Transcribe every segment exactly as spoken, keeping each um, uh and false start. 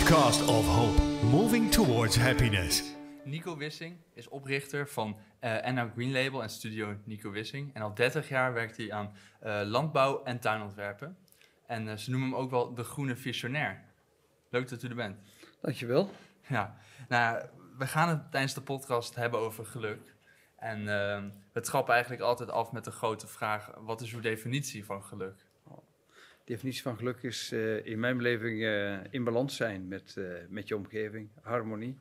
podcast of hope, moving towards happiness. Nico Wissing is oprichter van uh, N L Green Label en studio Nico Wissing. En al dertig jaar werkt hij aan uh, landbouw en tuinontwerpen. En uh, ze noemen hem ook wel de groene visionair. Leuk dat u er bent. Dankjewel. Ja, nou, we gaan het tijdens de podcast hebben over geluk. En uh, we trappen eigenlijk altijd af met de grote vraag: wat is uw definitie van geluk? De definitie van geluk is uh, in mijn beleving uh, in balans zijn met, uh, met je omgeving, harmonie.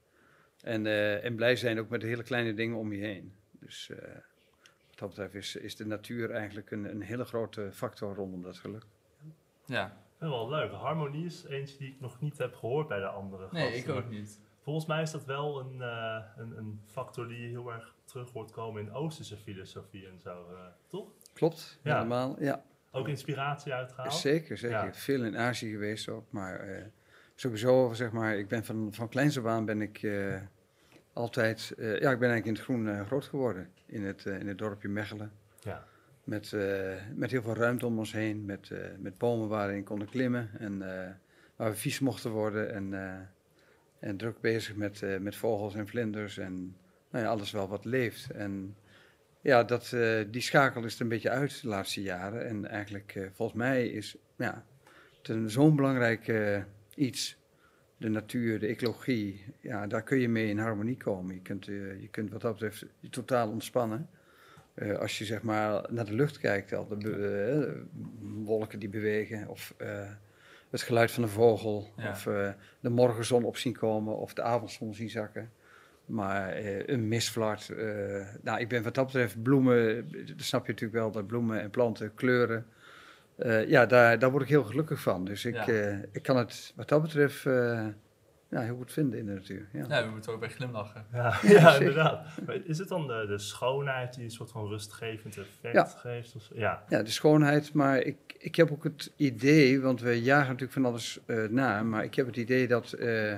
En, uh, en blij zijn ook met de hele kleine dingen om je heen. Dus uh, wat dat betreft is, is de natuur eigenlijk een, een hele grote factor rondom dat geluk. Ja. Ik vind het wel leuk. Harmonie is eentje die ik nog niet heb gehoord bij de andere Nee, gasten. ik ook niet. Volgens mij is dat wel een, uh, een, een factor die je heel erg terug hoort komen in Oosterse filosofie en zo, uh, toch? Klopt, Ja. helemaal. Ja. Ook inspiratie uitgehaald? Zeker, zeker. Ja. Veel in Azië geweest ook, maar uh, sowieso, zeg maar, ik ben van, van kleins af aan ben ik uh, altijd, uh, ja, ik ben eigenlijk in het groen uh, groot geworden, in het, uh, in het dorpje Mechelen. Ja. Met, uh, met heel veel ruimte om ons heen, met, uh, met bomen waarin we konden klimmen en uh, waar we vies mochten worden en, uh, en druk bezig met, uh, met vogels en vlinders en nou ja, alles wel wat leeft. En ja, dat, uh, die schakel is er een beetje uit de laatste jaren en eigenlijk uh, volgens mij is ja, het een zo'n belangrijk uh, iets, de natuur, de ecologie, ja, daar kun je mee in harmonie komen. Je kunt, uh, je kunt wat dat betreft je totaal ontspannen. Uh, als je zeg maar naar de lucht kijkt, al de be- uh, wolken die bewegen, of uh, het geluid van een vogel, Ja. of uh, de morgenzon op zien komen, of de avondzon zien zakken. Maar uh, een mistvlaart, uh, nou ik ben wat dat betreft bloemen, dat snap je natuurlijk wel, dat bloemen en planten, kleuren. Uh, ja, daar, daar word ik heel gelukkig van. Dus ik, Ja. uh, ik kan het wat dat betreft uh, ja, heel goed vinden in de natuur. Ja. Ja, we moeten ook bij glimlachen. Ja, Ja, ja, zeker. inderdaad. Maar is het dan de, de schoonheid die een soort van rustgevend effect Ja. geeft? Of, ja. Ja, de schoonheid, maar ik, ik heb ook het idee, want we jagen natuurlijk van alles uh, na, maar ik heb het idee dat uh,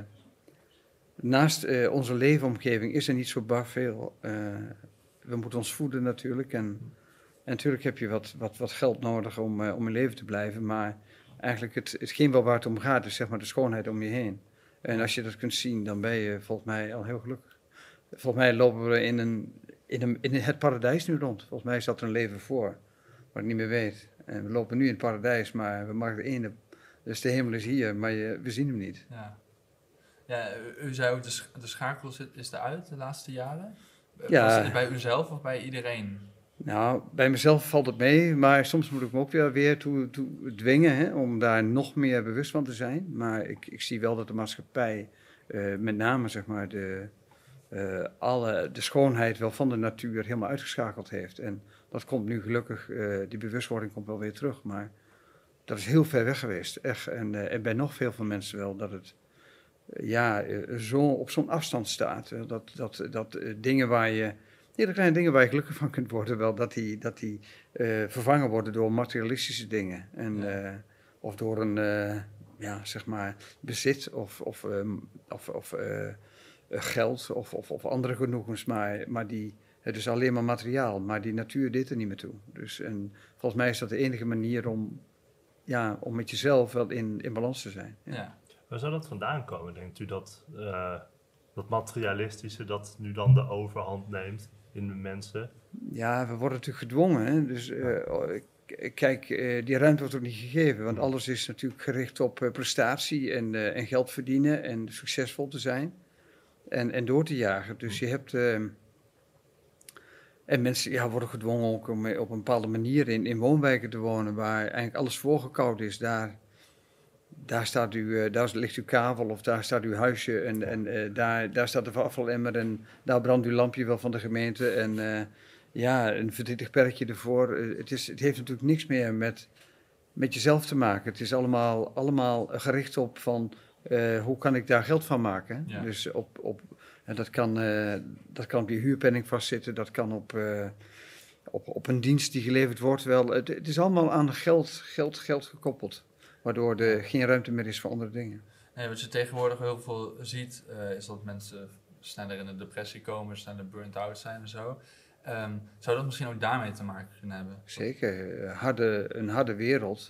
naast uh, onze leefomgeving is er niet zo bar veel. Uh, we moeten ons voeden natuurlijk en, en natuurlijk heb je wat, wat, wat geld nodig om, uh, om in leven te blijven, maar eigenlijk het, hetgeen wel waar het om gaat is zeg maar de schoonheid om je heen. En als je dat kunt zien, dan ben je volgens mij al heel gelukkig. Volgens mij lopen we in, een, in, een, in het paradijs nu rond. Volgens mij staat er een leven voor, wat ik niet meer weet. En we lopen nu in het paradijs, maar we maken de ene. Dus de hemel is hier, maar je, we zien hem niet. Ja, ja u, u zei ook, de, sch- de schakel is, is eruit de laatste jaren. Ja. Was het bij uzelf of bij iedereen? Nou, bij mezelf valt het mee, maar soms moet ik me ook weer, weer toe, toe dwingen hè, om daar nog meer bewust van te zijn. Maar ik, ik zie wel dat de maatschappij, uh, met name zeg maar de, uh, alle, de schoonheid wel van de natuur helemaal uitgeschakeld heeft. En dat komt nu gelukkig, uh, die bewustwording komt wel weer terug, maar dat is heel ver weg geweest. Echt. En, uh, en bij nog veel van mensen wel dat het uh, ja, uh, zo, op zo'n afstand staat. Uh, dat dat, dat uh, dingen waar je... Hele kleine dingen waar je gelukkig van kunt worden, wel dat die, dat die uh, vervangen worden door materialistische dingen. En, Ja. uh, of door een, uh, ja, zeg maar, bezit of, of, um, of, of uh, geld of, of, of andere genoegens. Maar, maar die, het is alleen maar materiaal, maar die natuur dit er niet meer toe. Dus, en volgens mij is dat de enige manier om, ja, om met jezelf wel in, in balans te zijn. Ja. Ja. Waar zou dat vandaan komen? Denkt u dat uh, dat materialistische dat nu dan de overhand neemt in de mensen? Ja, we worden natuurlijk gedwongen. Hè? Dus uh, k- kijk, uh, die ruimte wordt ook niet gegeven. Want alles is natuurlijk gericht op uh, prestatie en, uh, en geld verdienen en succesvol te zijn. En, en door te jagen. Dus je hebt... Uh, en mensen ja, worden gedwongen ook om op een bepaalde manier in, in woonwijken te wonen waar eigenlijk alles voorgekoud is. Daar, daar, staat u, uh, daar ligt uw kavel of daar staat uw huisje en, en uh, daar, daar staat de afvalemmer en daar brandt uw lampje wel van de gemeente. En uh, ja, een verdrietig perkje ervoor. Uh, het, is, het heeft natuurlijk niks meer met, met jezelf te maken. Het is allemaal, allemaal gericht op van uh, hoe kan ik daar geld van maken. Ja. Dus op... op en dat kan, uh, dat kan op je huurpenning vastzitten, dat kan op, uh, op, op een dienst die geleverd wordt. Wel, het, het is allemaal aan geld, geld, geld gekoppeld, waardoor er geen ruimte meer is voor andere dingen. Nee, wat je tegenwoordig heel veel ziet, uh, is dat mensen sneller in de depressie komen, sneller burnt out zijn en zo. Um, zou dat misschien ook daarmee te maken kunnen hebben? Zeker, uh, harde, een harde wereld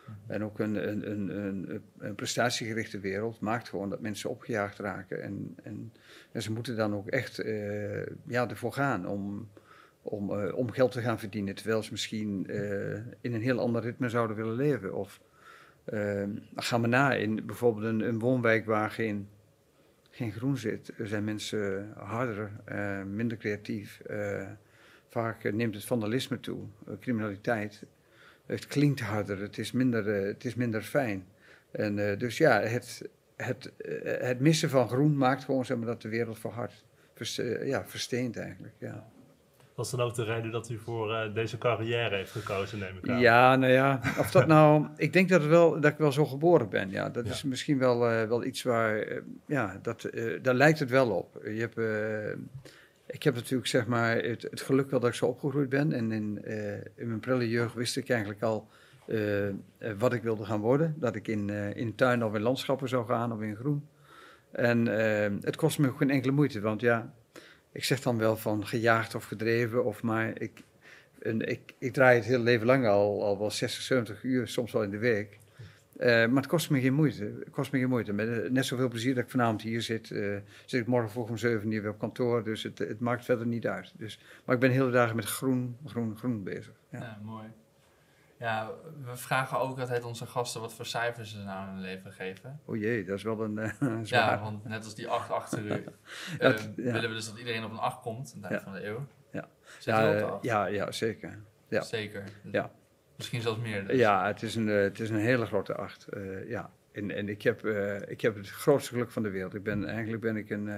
En ook een, een, een, een, een prestatiegerichte wereld maakt gewoon dat mensen opgejaagd raken. En, en, en ze moeten dan ook echt uh, ja, ervoor gaan om, om, uh, om geld te gaan verdienen. Terwijl ze misschien uh, in een heel ander ritme zouden willen leven. Of uh, ga maar na, in bijvoorbeeld een, een woonwijk waar geen, geen groen zit. Er zijn mensen harder, uh, minder creatief. Uh, vaak uh, neemt het vandalisme toe, uh, criminaliteit. Het klinkt harder, het is minder, uh, het is minder fijn. En uh, dus ja, het, het, uh, het missen van groen maakt gewoon zeg maar, dat de wereld verhardt. Vers, uh, ja, versteent eigenlijk, ja. Was dan ook de reden dat u voor uh, deze carrière heeft gekozen, neem ik aan? Ja, nou ja, of dat nou... Ik denk dat, het wel, dat ik wel zo geboren ben, ja. Dat ja. is misschien wel, uh, wel iets waar... Uh, ja, dat, uh, daar lijkt het wel op. Je hebt... Uh, Ik heb natuurlijk zeg maar het, het geluk wel dat ik zo opgegroeid ben. En in, uh, in mijn prille jeugd wist ik eigenlijk al uh, uh, wat ik wilde gaan worden. Dat ik in, uh, in tuin of in landschappen zou gaan of in groen. En uh, het kost me geen enkele moeite. Want ja, ik zeg dan wel van gejaagd of gedreven. Of maar ik, en ik, ik draai het hele leven lang al, al wel zestig, zeventig uur, soms wel in de week. Uh, maar het kost me geen moeite. Het kost me geen moeite. Met uh, net zoveel plezier dat ik vanavond hier zit, uh, zit ik morgen vroeg om zeven uur weer op kantoor. Dus het, het maakt verder niet uit. Dus, maar ik ben de hele dagen met groen, groen, groen bezig. Ja. Ja, mooi. Ja, we vragen ook altijd onze gasten wat voor cijfers ze nou in hun leven geven. O jee, dat is wel een uh, zwaar. Ja, want net als die acht achter u, uh, dat, ja. willen we dus dat iedereen op een acht komt aan het eind Ja. van de eeuw. Ja, Zit ja, u op de uh, acht? ja, ja, zeker. Ja. Zeker. Ja. Misschien zelfs meer. Dus. Ja, het is een, uh, het is een hele grote acht. Uh, ja. En, en ik, heb, uh, ik heb het grootste geluk van de wereld. Ik ben, eigenlijk ben ik een, uh,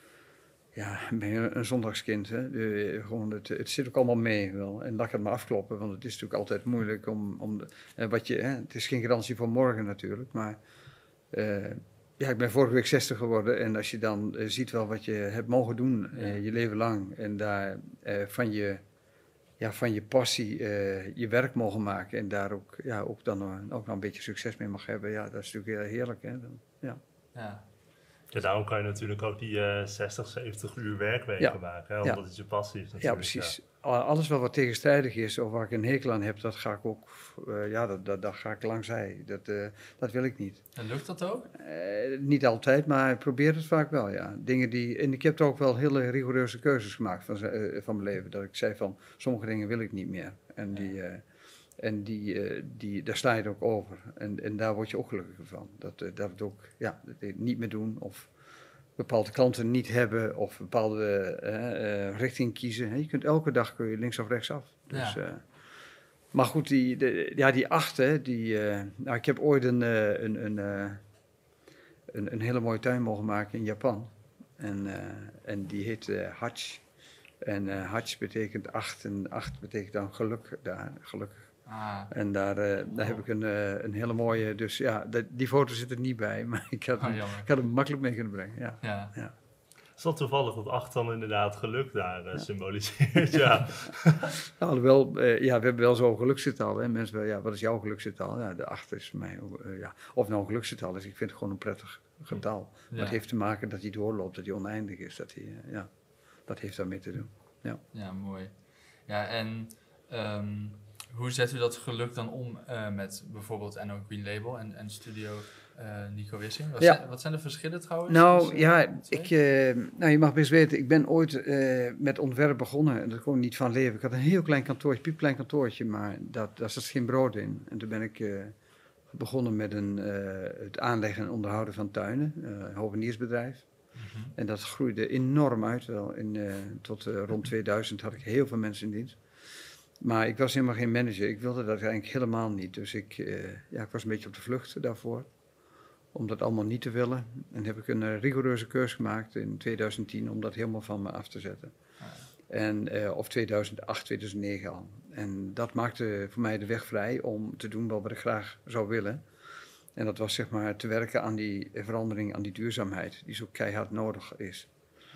ja, ben een zondagskind. Hè. De, gewoon het, het zit ook allemaal mee wel. En laat het maar afkloppen, want het is natuurlijk altijd moeilijk om... om de, uh, wat je, hè, het is geen garantie voor morgen natuurlijk, maar... Uh, ja, ik ben vorige week zestig geworden en als je dan uh, ziet wel wat je hebt mogen doen uh, ja. je leven lang... en daar uh, van je... Ja, van je passie uh, je werk mogen maken en daar ook, ja, ook dan uh, ook nog een beetje succes mee mag hebben. Ja, dat is natuurlijk heel heerlijk. Hè? Dan, ja. Ja. Ja, daarom kan je natuurlijk ook die uh, zestig, zeventig uur werkweken ja. maken, hè? Omdat ja. het je passie is natuurlijk. Ja, precies. Ja. Alles wel wat tegenstrijdig is of waar ik een hekel aan heb, dat ga ik ook, uh, ja, dat, dat, dat ga ik langzij. Dat, uh, dat wil ik niet. En lukt dat ook? Uh, niet altijd, maar ik probeer het vaak wel, ja. Dingen die, en ik heb er ook wel hele rigoureuze keuzes gemaakt van, uh, van mijn leven. Dat ik zei van, sommige dingen wil ik niet meer. En die... Uh, En die, uh, die, daar sla je het ook over. En, en daar word je ook gelukkiger van. Dat, uh, dat het ook ja, dat het niet meer doen of bepaalde klanten niet hebben of bepaalde uh, uh, richting kiezen. He, je kunt elke dag kun je links of rechts af. Dus, ja. uh, maar goed, die, de, ja, die acht, hè, die, uh, nou, ik heb ooit een, uh, een, een, uh, een, een hele mooie tuin mogen maken in Japan. En, uh, en die heet uh, Hach. En uh, Hach betekent acht en acht betekent dan geluk daar, gelukkig. Ah. En daar, uh, daar oh. heb ik een, uh, een hele mooie, dus ja, de, die foto zit er niet bij, maar ik had, oh, hem, ik had hem makkelijk mee kunnen brengen. Ja. Ja. Ja. Is dat toevallig dat acht dan inderdaad geluk daar uh, ja. symboliseert? Ja. Nou, alhoewel, uh, ja, we hebben wel zo'n geluksgetal. Hè. Mensen wel, ja, wat is jouw geluksgetal? Ja, de acht is voor mij, uh, ja. Of nou een geluksgetal is, ik vind het gewoon een prettig getal. Ja. Maar het heeft te maken dat hij doorloopt, dat hij oneindig is, dat hij, uh, ja, dat heeft daarmee te doen. Ja, ja mooi. Ja, en um, hoe zet u dat geluk dan om uh, met bijvoorbeeld N O Green Label en, en Studio uh, Nico Wissing? Wat, ja. zijn, wat zijn de verschillen trouwens? Nou tussen, ja, ik, uh, nou, je mag best weten, ik ben ooit uh, met ontwerp begonnen en dat kon ik niet van leven. Ik had een heel klein kantoortje, piepklein kantoortje, maar dat, daar zat geen brood in. En toen ben ik uh, begonnen met een, uh, het aanleggen en onderhouden van tuinen, uh, een hoveniersbedrijf. Mm-hmm. En dat groeide enorm uit. Wel. In, uh, tot uh, rond tweeduizend had ik heel veel mensen in dienst. Maar ik was helemaal geen manager. Ik wilde dat eigenlijk helemaal niet. Dus ik, uh, ja, ik was een beetje op de vlucht daarvoor. Om dat allemaal niet te willen. En heb ik een uh, rigoureuze keuze gemaakt in tweeduizend tien om dat helemaal van me af te zetten. Ah, ja. En, uh, of tweeduizend acht, tweeduizend negen al. En dat maakte voor mij de weg vrij om te doen wat ik graag zou willen. En dat was zeg maar te werken aan die verandering, aan die duurzaamheid, die zo keihard nodig is.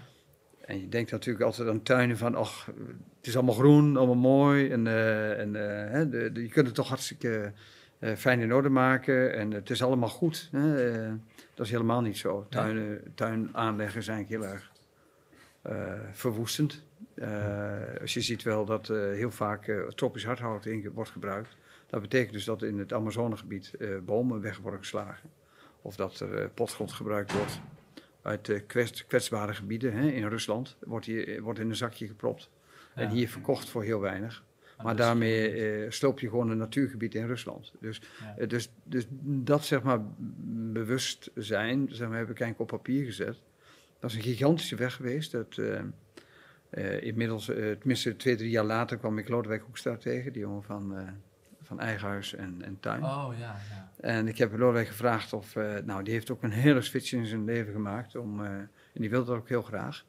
En je denkt natuurlijk altijd aan tuinen van, ach, het is allemaal groen, allemaal mooi. En, uh, en uh, hè, de, de, je kunt het toch hartstikke uh, fijn in orde maken en het is allemaal goed. Hè. Uh, dat is helemaal niet zo. Tuinen, tuin aanleggen zijn heel erg uh, verwoestend. Uh, als je ziet wel dat uh, heel vaak uh, tropisch hardhout in wordt gebruikt. Dat betekent dus dat in het Amazonegebied uh, bomen weg worden geslagen. Of dat er uh, potgrond gebruikt wordt uit uh, kwets, kwetsbare gebieden. Hè. In Rusland wordt, hier, wordt in een zakje gepropt. Ja. En hier verkocht voor heel weinig. Maar, maar daarmee uh, sloop je gewoon een natuurgebied in Rusland. Dus, ja. uh, dus, dus dat zeg maar bewustzijn, zeg maar, heb ik eigenlijk op papier gezet. Dat is een gigantische weg geweest. Dat, uh, uh, inmiddels, uh, tenminste twee, drie jaar later kwam ik Lodewijk Hoekstra tegen, die jongen van, uh, van eigen huis en, en tuin. Oh ja, ja. En ik heb Lodewijk gevraagd of, uh, nou die heeft ook een hele switch in zijn leven gemaakt. Om, uh, en die wilde dat ook heel graag.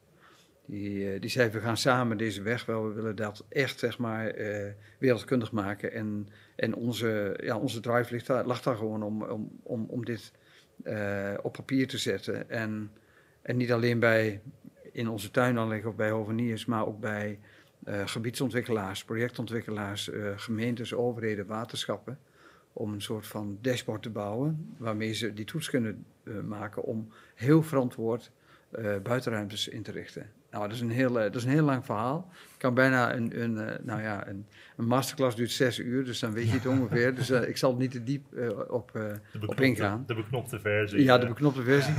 Die, uh, die zei, we gaan samen deze weg wel, we willen dat echt, zeg maar, uh, wereldkundig maken. En, en onze, ja, onze drive ligt daar, lag daar gewoon om, om, om, om dit uh, op papier te zetten. En, en niet alleen bij, in onze tuin aanleggen of bij hoveniers, maar ook bij uh, gebiedsontwikkelaars, projectontwikkelaars, uh, gemeentes, overheden, waterschappen. Om een soort van dashboard te bouwen, waarmee ze die toets kunnen uh, maken om heel verantwoord uh, buitenruimtes in te richten. Nou, dat is een heel, uh, dat is een heel lang verhaal. Ik kan bijna een, een, uh, nou ja, een, een masterclass duurt zes uur, dus dan weet je het ongeveer. Dus uh, ik zal er niet te diep uh, op, uh, op ingaan. De beknopte versie. Ja, de beknopte versie.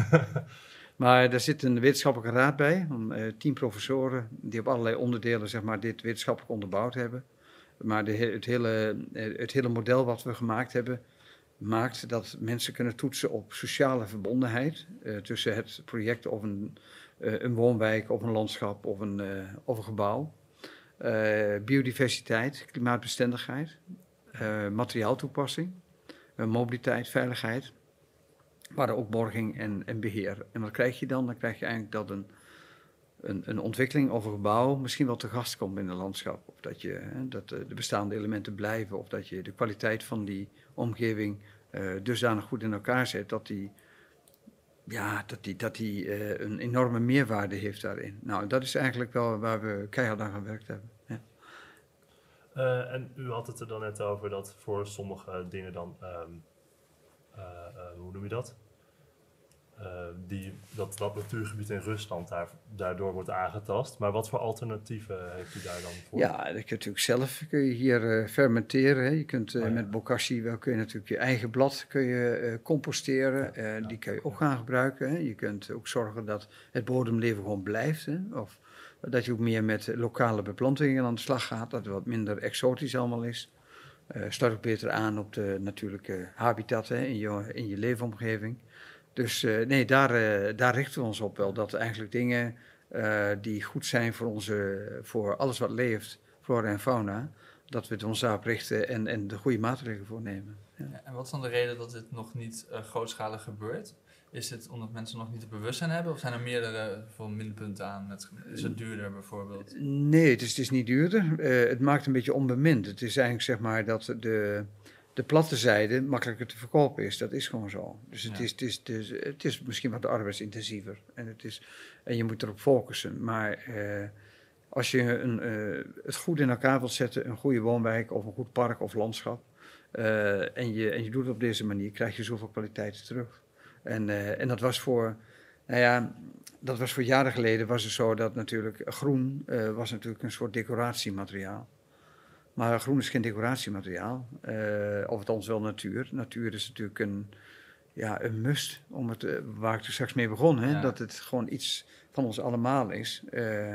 Maar daar zit een wetenschappelijke raad bij, van uh, tien professoren die op allerlei onderdelen, zeg maar, dit wetenschappelijk onderbouwd hebben. Maar de, het, hele, het hele model wat we gemaakt hebben, maakt dat mensen kunnen toetsen op sociale verbondenheid uh, tussen het project of een, uh, een woonwijk of een landschap of een, uh, of een gebouw. Uh, biodiversiteit, klimaatbestendigheid, uh, materiaaltoepassing, uh, mobiliteit, veiligheid, maar ook borging en, en beheer. En wat krijg je dan? Dan krijg je eigenlijk dat een Een, een ontwikkeling of een gebouw misschien wel te gast komt in een landschap. Of dat, je, hè, dat de, de bestaande elementen blijven. Of dat je de kwaliteit van die omgeving uh, dusdanig goed in elkaar zet. Dat die, ja, dat die, dat die uh, een enorme meerwaarde heeft daarin. Nou, dat is eigenlijk wel waar we keihard aan gewerkt hebben. Ja. Uh, en u had het er dan net over dat voor sommige dingen dan... Um, uh, uh, hoe noem je dat? Uh, die, dat, dat natuurgebied in Rusland daar, daardoor wordt aangetast. Maar wat voor alternatieven heeft u daar dan voor? Ja, dat kun je natuurlijk zelf kun je hier uh, fermenteren. Hè. Je kunt uh, oh, ja. met bokashi wel kun je natuurlijk je eigen blad kun je, uh, composteren. Uh, ja, die kun je ook gaan gebruiken. Hè. Je kunt ook zorgen dat het bodemleven gewoon blijft. Hè. Of dat je ook meer met lokale beplantingen aan de slag gaat. Dat het wat minder exotisch allemaal is. Uh, sluit ook beter aan op de natuurlijke habitat, hè, in, je, in je leefomgeving. Dus uh, nee, daar, uh, daar richten we ons op wel. Dat eigenlijk dingen uh, die goed zijn voor, onze, voor alles wat leeft, flora en fauna, dat we het ons daarop richten en, en de goede maatregelen voor nemen. Ja. Ja, en wat is dan de reden dat dit nog niet uh, grootschalig gebeurt? Is het omdat mensen nog niet het bewustzijn hebben? Of zijn er meerdere voor minpunten aan? Het, is het duurder bijvoorbeeld? Nee, het is, het is niet duurder. Uh, het maakt een beetje onbemind. Het is eigenlijk zeg maar dat de... de platte zijde makkelijker te verkopen is. Dat is gewoon zo. Dus het, ja. is, het, is, het, is, het is misschien wat arbeidsintensiever. En, het is, en je moet erop focussen. Maar uh, als je een, uh, het goed in elkaar wilt zetten, een goede woonwijk of een goed park of landschap, uh, en, je, en je doet het op deze manier, krijg je zoveel kwaliteit terug. En, uh, en dat was voor, nou ja, dat was voor jaren geleden was het zo dat natuurlijk groen uh, was natuurlijk een soort decoratiemateriaal. Maar groen is geen decoratiemateriaal, uh, of althans wel natuur. Natuur is natuurlijk een, ja, een must, om het, uh, waar ik er straks mee begon, hè? Ja. Dat het gewoon iets van ons allemaal is. Uh,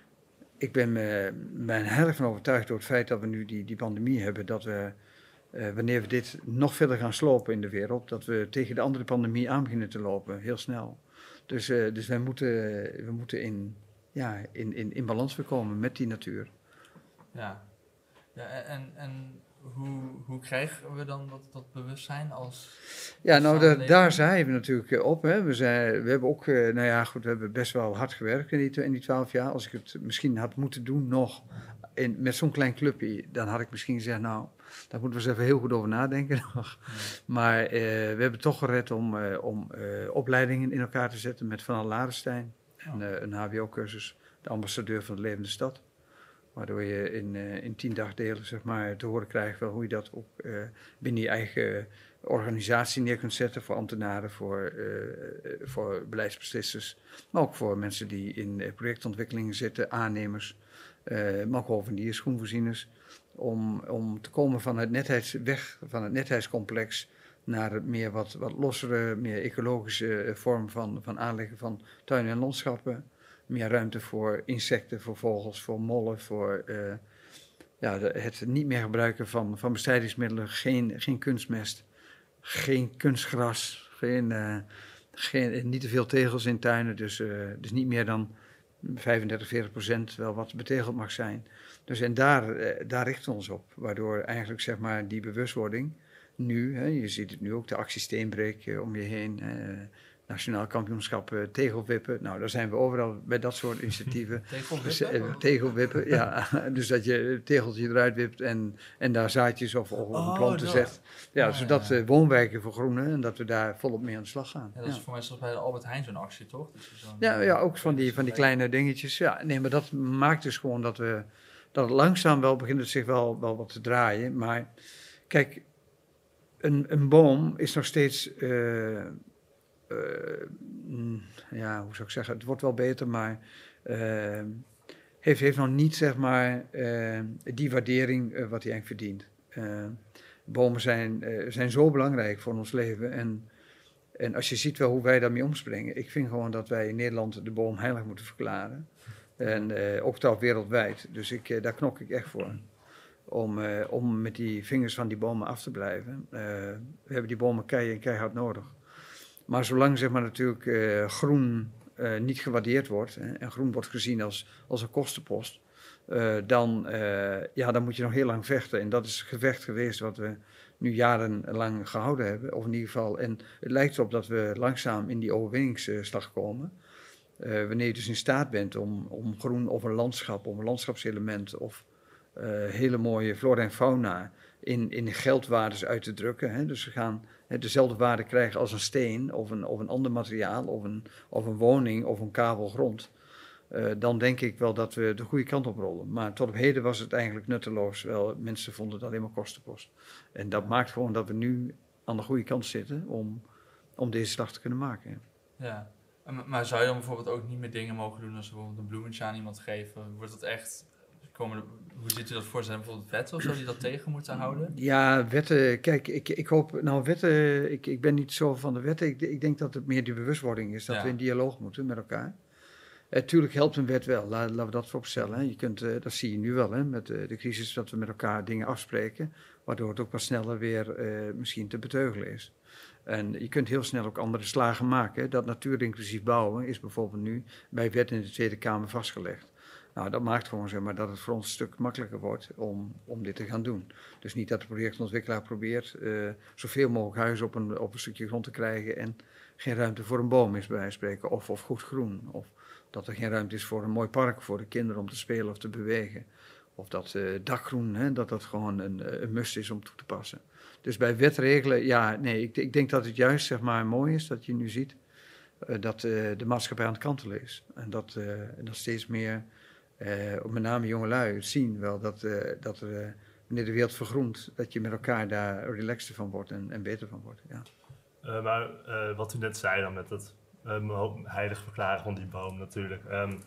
ik ben me ben heel erg van overtuigd door het feit dat we nu die, die pandemie hebben, dat we, uh, wanneer we dit nog verder gaan slopen in de wereld, dat we tegen de andere pandemie aan beginnen te lopen, heel snel. Dus, uh, dus wij moeten, we moeten in, ja, in, in, in balans komen met die natuur. Ja. Ja, en, en hoe, hoe krijgen we dan dat, dat bewustzijn als... Ja, nou, de, daar zijn we natuurlijk op. Hè. We, zijn, we hebben ook, nou ja, goed, we hebben best wel hard gewerkt in die, in die twaalf jaar. Als ik het misschien had moeten doen nog in, met zo'n klein clubje, dan had ik misschien gezegd, nou, daar moeten we eens even heel goed over nadenken nog. Ja. Maar uh, we hebben het toch gered om, uh, om uh, opleidingen in elkaar te zetten met Van Al Ladenstein. Oh. En, uh, een H B O-cursus, de ambassadeur van de Levende Stad. Waardoor je in, uh, in tien dagdelen zeg maar, te horen krijgt wel hoe je dat ook uh, binnen je eigen organisatie neer kunt zetten. Voor ambtenaren, voor, uh, voor beleidsbeslissers. Maar ook voor mensen die in uh, projectontwikkelingen zitten, aannemers. Uh, maar ook hoveniers, groenvoorzieners. om, om te komen van het netheids, weg van het netheidscomplex naar het meer wat, wat lossere, meer ecologische vorm van, van aanleggen van tuinen en landschappen. Meer ruimte voor insecten, voor vogels, voor mollen, voor uh, ja, de, het niet meer gebruiken van, van bestrijdingsmiddelen, geen, geen kunstmest, geen kunstgras, geen, uh, geen, niet te veel tegels in tuinen, dus, uh, dus niet meer dan vijfendertig, veertig procent wel wat betegeld mag zijn. Dus en daar, uh, daar richten we ons op, waardoor eigenlijk zeg maar die bewustwording nu, hè, je ziet het nu ook, de actie Steenbreek uh, om je heen, uh, Nationaal kampioenschap uh, tegelwippen. Nou, daar zijn we overal bij dat soort initiatieven. Tegelwippen? Dus, uh, tegelwippen, ja. Dus dat je het tegeltje eruit wipt en, en daar zaadjes of, of oh, planten dat. zet. Ja, Ja, zodat ja, ja. Uh, woonwijken vergroenen en dat we daar volop mee aan de slag gaan. Ja, dat is ja. voor mij zoals bij de Albert Heijn zo'n actie, toch? Dus zo'n, Ja, ja, ook van die, van die kleine dingetjes. Ja, nee, maar dat maakt dus gewoon dat we dat het langzaam wel begint het zich wel, wel wat te draaien. Maar kijk, een, een boom is nog steeds... Uh, Uh, mm, ja, hoe zou ik zeggen, het wordt wel beter, maar uh, heeft, heeft nog niet, zeg maar, uh, die waardering uh, wat hij eigenlijk verdient. Uh, bomen zijn, uh, zijn zo belangrijk voor ons leven en, en als je ziet wel hoe wij daarmee omspringen, ik vind gewoon dat wij in Nederland de boom heilig moeten verklaren. En uh, ook dat wereldwijd, dus ik, uh, daar knok ik echt voor. Om, uh, om met die vingers van die bomen af te blijven. Uh, we hebben die bomen kei en keihard nodig. Maar zolang zeg maar, natuurlijk uh, groen uh, niet gewaardeerd wordt, hè, en groen wordt gezien als, als een kostenpost, uh, dan, uh, ja, dan moet je nog heel lang vechten. En dat is het gevecht geweest wat we nu jarenlang gehouden hebben, of in ieder geval. En het lijkt erop dat we langzaam in die overwinningsslag komen. Uh, wanneer je dus in staat bent om, om groen of een landschap, of een landschapselement, of uh, hele mooie flora en fauna in, in geldwaardes uit te drukken. Hè. Dus we gaan hè, dezelfde waarde krijgen als een steen of een, of een ander materiaal of een, of een woning of een kavel grond. Uh, dan denk ik wel dat we de goede kant op rollen. Maar tot op heden was het eigenlijk nutteloos. Wel, mensen vonden het alleen maar kostenpost. En dat maakt gewoon dat we nu aan de goede kant zitten om, om deze slag te kunnen maken. Ja, maar zou je dan bijvoorbeeld ook niet meer dingen mogen doen als bijvoorbeeld een bloemetje aan iemand geven? Wordt dat echt... Komen, hoe ziet u dat voor? Zijn er bijvoorbeeld wetten of zo die dat tegen moeten houden? Ja, wetten. Kijk, ik, ik hoop. Nou, wetten. Ik, ik ben niet zo van de wetten. Ik, ik denk dat het meer die bewustwording is. Dat ja. we in dialoog moeten met elkaar. Uh, tuurlijk helpt een wet wel. La, laten we dat vooropstellen. Hè. Je kunt, uh, dat zie je nu wel hè, met uh, de crisis. Dat we met elkaar dingen afspreken. Waardoor het ook wat sneller weer uh, misschien te beteugelen is. En je kunt heel snel ook andere slagen maken. Dat natuur inclusief bouwen is bijvoorbeeld nu bij wet in de Tweede Kamer vastgelegd. Nou, dat maakt gewoon zeg maar, dat het voor ons een stuk makkelijker wordt om, om dit te gaan doen. Dus niet dat de projectontwikkelaar probeert uh, zoveel mogelijk huizen op een, op een stukje grond te krijgen en geen ruimte voor een boom is bij wijze van spreken. Of, of goed groen. Of dat er geen ruimte is voor een mooi park voor de kinderen om te spelen of te bewegen. Of dat uh, dakgroen, hè, dat dat gewoon een, een must is om toe te passen. Dus bij wetregelen, ja, nee, ik, ik denk dat het juist zeg maar mooi is dat je nu ziet uh, dat uh, de maatschappij aan het kantelen is. En dat, uh, dat steeds meer... Uh, met name jongelui het zien wel dat, uh, dat uh, wanneer de wereld vergroent, dat je met elkaar daar relaxter van wordt en, en beter van wordt. Ja. Uh, maar uh, wat u net zei dan met het uh, heilig verklaren van die boom natuurlijk. Um,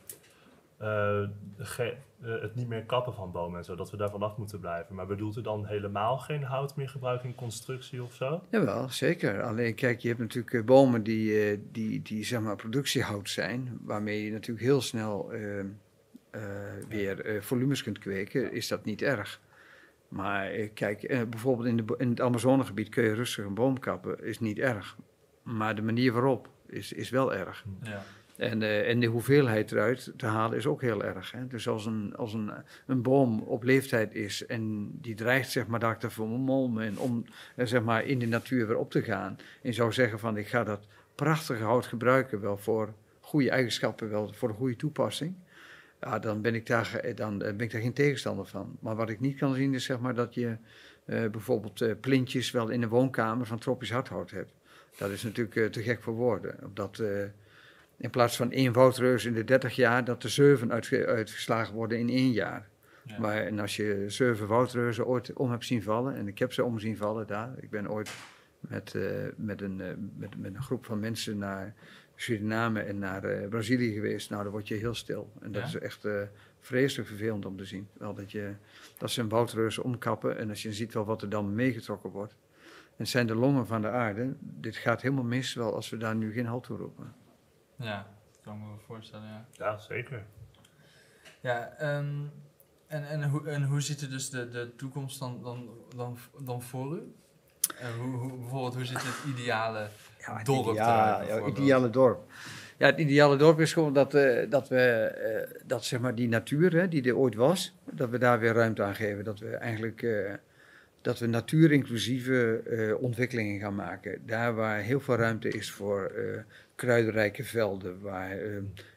uh, ge- uh, het niet meer kappen van bomen en zo, dat we daar vanaf moeten blijven. Maar bedoelt u dan helemaal geen hout meer gebruiken in constructie of zo? Jawel, zeker. Alleen kijk, je hebt natuurlijk uh, bomen die, uh, die, die zeg maar productiehout zijn, waarmee je natuurlijk heel snel... Uh, Uh, weer uh, volumes kunt kweken, is dat niet erg. Maar uh, kijk, uh, bijvoorbeeld in, de, in het Amazonegebied kun je rustig een boom kappen, is niet erg. Maar de manier waarop is, is wel erg. Ja. En, uh, en de hoeveelheid eruit te halen is ook heel erg. Hè? Dus als, een, als een, een boom op leeftijd is en die dreigt zeg maar, daar te vermolmen en om uh, zeg maar, in de natuur weer op te gaan. En zou zeggen van ik ga dat prachtige hout gebruiken wel voor goede eigenschappen, wel voor een goede toepassing. Ja, dan ben, ik daar, dan ben ik daar geen tegenstander van. Maar wat ik niet kan zien is zeg maar, dat je uh, bijvoorbeeld uh, plintjes wel in de woonkamer van tropisch hardhout hebt. Dat is natuurlijk uh, te gek voor woorden. Dat uh, in plaats van één woudreus in de dertig jaar, dat er zeven uitge- uitgeslagen worden in één jaar. Ja. Maar en als je zeven woudreuzen ooit om hebt zien vallen, en ik heb ze om zien vallen daar. Ik ben ooit met, uh, met, een, uh, met, met een groep van mensen naar... Suriname en naar uh, Brazilië geweest, nou dan word je heel stil. En dat ja? is echt uh, vreselijk vervelend om te zien. Wel dat, je, dat ze een woudreus omkappen en als je ziet wel wat er dan meegetrokken wordt. En het zijn de longen van de aarde. Dit gaat helemaal mis, wel als we daar nu geen halt toe roepen. Ja, dat kan ik me wel voorstellen, ja. Ja, zeker. Ja, ehm, en, en, hoe, en hoe ziet er dus de, de toekomst dan, dan, dan, dan voor u? En hoe, hoe, bijvoorbeeld, hoe ziet het ideale Ja, het dorp idea- eruit? ja, het bijvoorbeeld? ideale dorp. Ja, het ideale dorp is gewoon dat, eh, dat we eh, dat, zeg maar, die natuur hè, die er ooit was, dat we daar weer ruimte aan geven. Dat we eigenlijk eh, dat we natuurinclusieve eh, ontwikkelingen gaan maken. Daar waar heel veel ruimte is voor eh, kruidenrijke velden, waar eh,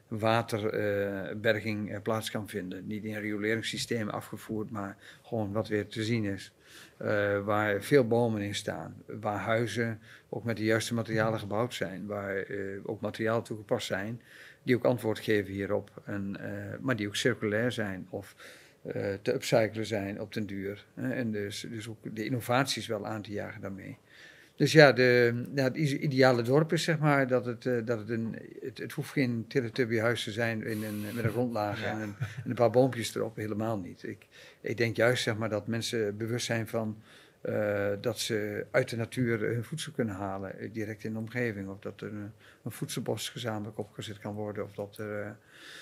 waterberging eh, plaats kan vinden. Niet in een rioleringssysteem afgevoerd, maar gewoon wat weer te zien is. Uh, waar veel bomen in staan, waar huizen ook met de juiste materialen gebouwd zijn, waar uh, ook materialen toegepast zijn, die ook antwoord geven hierop, en, uh, maar die ook circulair zijn of uh, te upcyclen zijn op den duur. Hè? En dus, dus ook de innovaties wel aan te jagen daarmee. Dus ja, de, ja, het ideale dorp is zeg maar dat het, uh, dat het een, het, het hoeft geen Teletubby-huis te zijn in een, met een rondlaag Ja. en, een, en een paar boompjes erop, helemaal niet. Ik, ik denk juist zeg maar dat mensen bewust zijn van uh, dat ze uit de natuur hun voedsel kunnen halen, uh, direct in de omgeving. Of dat er een, een voedselbos gezamenlijk opgezet kan worden, of dat er... Uh,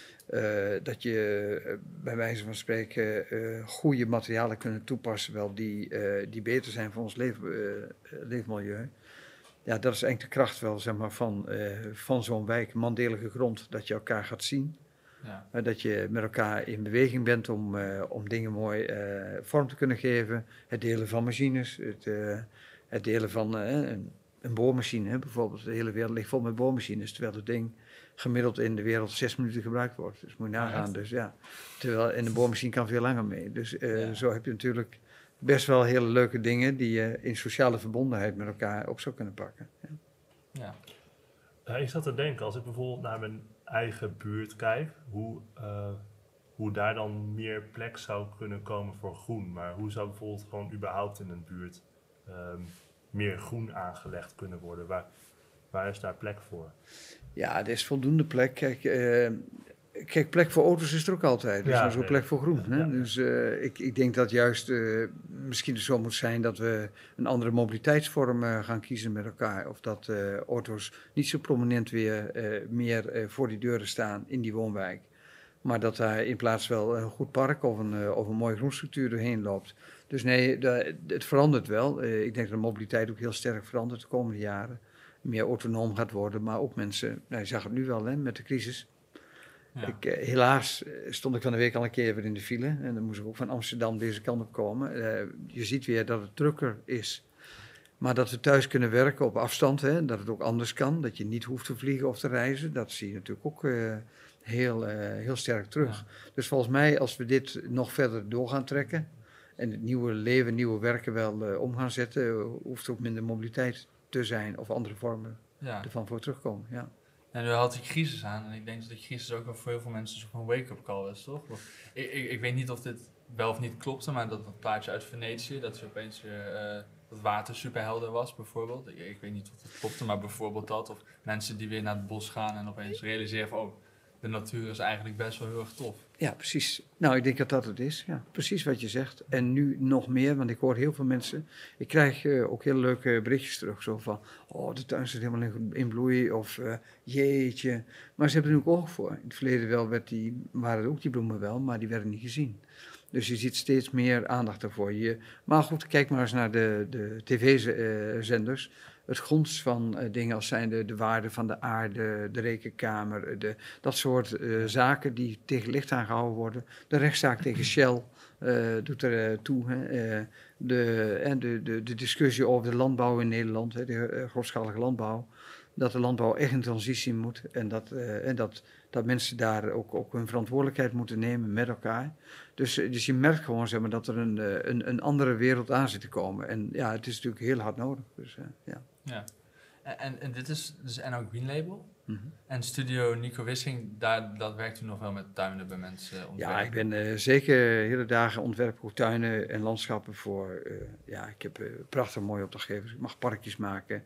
Uh, dat je uh, bij wijze van spreken uh, goede materialen kunnen toepassen, wel die, uh, die beter zijn voor ons leef, uh, leefmilieu. Ja, dat is eigenlijk de kracht wel, zeg maar, van, uh, van zo'n wijk, mandelige grond, dat je elkaar gaat zien. Ja. Uh, dat je met elkaar in beweging bent om, uh, om dingen mooi uh, vorm te kunnen geven. Het delen van machines, het, uh, het delen van uh, een, een boormachine, hè, bijvoorbeeld. De hele wereld ligt vol met boormachines, terwijl het ding gemiddeld in de wereld zes minuten gebruikt wordt. Dus moet je nagaan. Ja, dus ja, terwijl en de boormachine kan veel langer mee. Dus uh, Ja. zo heb je natuurlijk best wel hele leuke dingen die je in sociale verbondenheid met elkaar op zou kunnen pakken. Ja. Ja. Ja, ik zat te denken, als ik bijvoorbeeld naar mijn eigen buurt kijk, hoe, uh, hoe daar dan meer plek zou kunnen komen voor groen. Maar hoe zou bijvoorbeeld gewoon überhaupt in een buurt um, meer groen aangelegd kunnen worden? Waar, waar is daar plek voor? Ja, er is voldoende plek. Kijk, uh, kijk, plek voor auto's is er ook altijd. Dus Ja, er is ook nee. plek voor groen. Hè? Ja. Dus uh, ik, ik denk dat juist uh, misschien het zo moet zijn dat we een andere mobiliteitsvorm uh, gaan kiezen met elkaar. Of dat uh, auto's niet zo prominent weer uh, meer uh, voor die deuren staan in die woonwijk. Maar dat daar in plaats wel een goed park of een, uh, of een mooie groenstructuur doorheen loopt. Dus nee, de, het verandert wel. Uh, ik denk dat de mobiliteit ook heel sterk verandert de komende jaren. Meer autonoom gaat worden, maar ook mensen, nou, je zag het nu wel hè, met de crisis. Ja. Ik, uh, helaas stond ik van de week al een keer weer in de file en dan moest ik ook van Amsterdam deze kant op komen. Uh, je ziet weer dat het drukker is, maar dat we thuis kunnen werken op afstand, hè, dat het ook anders kan, dat je niet hoeft te vliegen of te reizen, dat zie je natuurlijk ook uh, heel, uh, heel sterk terug. Ja. Dus volgens mij, als we dit nog verder door gaan trekken en het nieuwe leven, nieuwe werken wel uh, om gaan zetten, uh, hoeft er ook minder mobiliteit te zijn of andere vormen Ja. ervan voor terugkomen. Ja. En nu had die crisis aan en ik denk dat die crisis ook wel voor heel veel mensen zo'n een wake-up call is, toch? Want Ik, ik, ik weet niet of dit wel of niet klopte, maar dat, dat plaatje uit Venetië, dat ze opeens weer, uh, dat water superhelder was bijvoorbeeld. Ik, ik weet niet of het klopte, maar bijvoorbeeld dat. Of mensen die weer naar het bos gaan en opeens realiseren van, oh, de natuur is eigenlijk best wel heel erg tof. Ja, precies. Nou, ik denk dat dat het is. Ja, precies wat je zegt. En nu nog meer, want ik hoor heel veel mensen. Ik krijg uh, ook hele leuke berichtjes terug. Zo van, oh, de tuin zit helemaal in, in bloei. Of, uh, jeetje. Maar ze hebben er ook oog voor. In het verleden wel werd die, waren er ook die bloemen wel, maar die werden niet gezien. Dus je ziet steeds meer aandacht daarvoor. Je, maar goed, kijk maar eens naar de, de tv-zenders. Het gonst van uh, dingen als zijn de, de waarde van de aarde, de rekenkamer, de, dat soort uh, zaken die tegen licht aangehouden worden. De rechtszaak tegen Shell uh, doet er uh, toe. Hè. Uh, de, en de, de, de discussie over de landbouw in Nederland, hè, de uh, grootschalige landbouw. Dat de landbouw echt in transitie moet en dat, uh, en dat, dat mensen daar ook, ook hun verantwoordelijkheid moeten nemen met elkaar. Dus, dus je merkt gewoon zeg maar, dat er een, een, een andere wereld aan zit te komen. En ja, het is natuurlijk heel hard nodig. Dus, uh, ja. Ja. En, en, en dit is dus N L Green Label. Mm-hmm. En Studio Nico Wissing, daar, dat werkt u nog wel met tuinen bij mensen ontwerpen? Ja, ik ben uh, zeker hele dagen ontwerp ook tuinen en landschappen voor. Uh, ja, ik heb uh, prachtig mooie opdrachtgevers. Ik mag parkjes maken.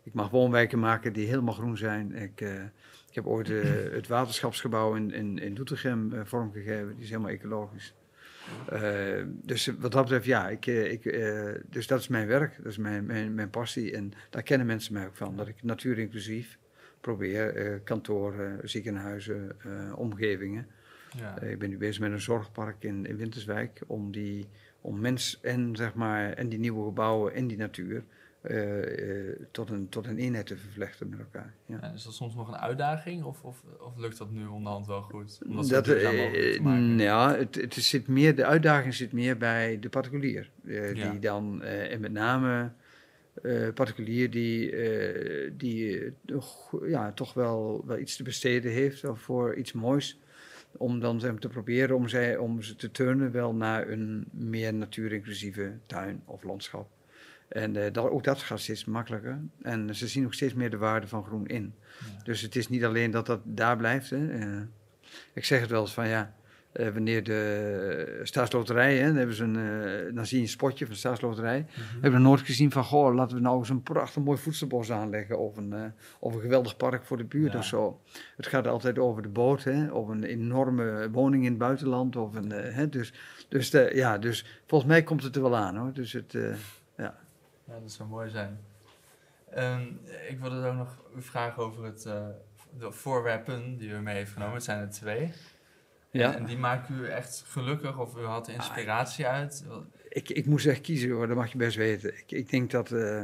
ik mag woonwijken maken die helemaal groen zijn. Ik, uh, ik heb ooit uh, het waterschapsgebouw in, in, in Doetinchem uh, vormgegeven. Die is helemaal ecologisch. Uh, dus wat dat betreft, ja, ik, ik, uh, dus dat is mijn werk, dat is mijn, mijn, mijn passie. En daar kennen mensen mij ook van, dat ik natuurinclusief probeer, uh, kantoren, ziekenhuizen, uh, omgevingen. Ja. Uh, ik ben nu bezig met een zorgpark in, in Winterswijk, om, die, om mens en, zeg maar, en die nieuwe gebouwen en die natuur uh, uh, tot, een, tot een eenheid te vervlechten met elkaar. Ja. Ja, is dat soms nog een uitdaging of, of, of lukt dat nu onderhand wel goed? Om dat Dat, zo duurzaam mogelijk te maken? Ja, het, het zit meer, de uitdaging zit meer bij de particulier. Uh, Ja. Die dan, uh, en met name uh, particulier die, uh, die uh, ja, toch wel, wel iets te besteden heeft of voor iets moois. Om dan zeg maar, te proberen om, zij, om ze te turnen wel naar een meer natuurinclusieve tuin of landschap. En uh, dat, ook dat gaat steeds makkelijker. En ze zien ook steeds meer de waarde van groen in. Ja. Dus het is niet alleen dat dat daar blijft. Hè. Uh, ik zeg het wel eens van ja, uh, wanneer de staatsloterij, hè, dan, hebben ze een, uh, dan zie je een spotje van de staatsloterij. Mm-hmm. Hebben we nog nooit gezien van, goh, laten we nou eens een prachtig mooi voedselbos aanleggen. Of een, uh, of een geweldig park voor de buurt ja. of zo. Het gaat altijd over de boot, hè, of een enorme woning in het buitenland. Of een, uh, hè, dus, dus, de, ja, dus volgens mij komt het er wel aan hoor. Dus het, uh, ja. Ja, dat zou mooi zijn. Um, ik wilde ook nog u vragen over het, uh, de voorwerpen die u mee heeft genomen. Het zijn er twee. Ja. En, en die maken u echt gelukkig of u had inspiratie ah, uit? Ik, ik moest echt kiezen hoor, dat mag je best weten. Ik, ik denk dat... Uh,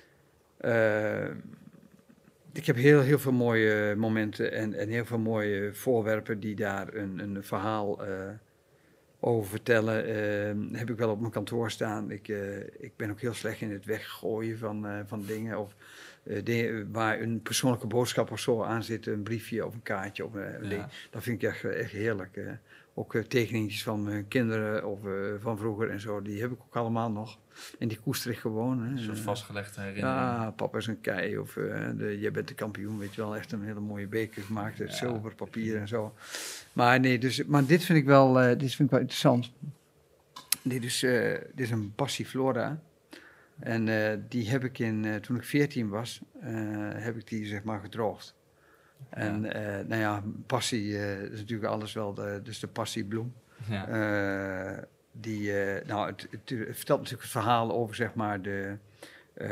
uh, ik heb heel, heel veel mooie momenten en, en heel veel mooie voorwerpen die daar een, een verhaal... Uh, over vertellen, uh, heb ik wel op mijn kantoor staan. Ik, uh, ik ben ook heel slecht in het weggooien van, uh, van dingen. Of uh, dingen waar een persoonlijke boodschap of zo aan zit. Een briefje of een kaartje. Of een ja. Dat vind ik echt, echt heerlijk. Uh. Ook uh, tekeningetjes van mijn kinderen of uh, van vroeger en zo. Die heb ik ook allemaal nog. En die koester ik gewoon. Hè. Een soort vastgelegde herinnering. Ja, papa is een kei. Of uh, de, jij bent de kampioen. Weet je wel, echt een hele mooie beker gemaakt uit ja. zilver, papier en zo. Maar nee, dus, maar dit vind ik wel, uh, dit vind ik wel interessant. Dit is, uh, dit is een passiflora. En uh, die heb ik in, uh, toen ik veertien was, uh, heb ik die zeg maar gedroogd. En uh, nou ja, passie uh, is natuurlijk alles wel, de, dus de passiebloem. Ja. Uh, die, uh, nou, het, het, het vertelt natuurlijk het verhaal over zeg maar de, uh,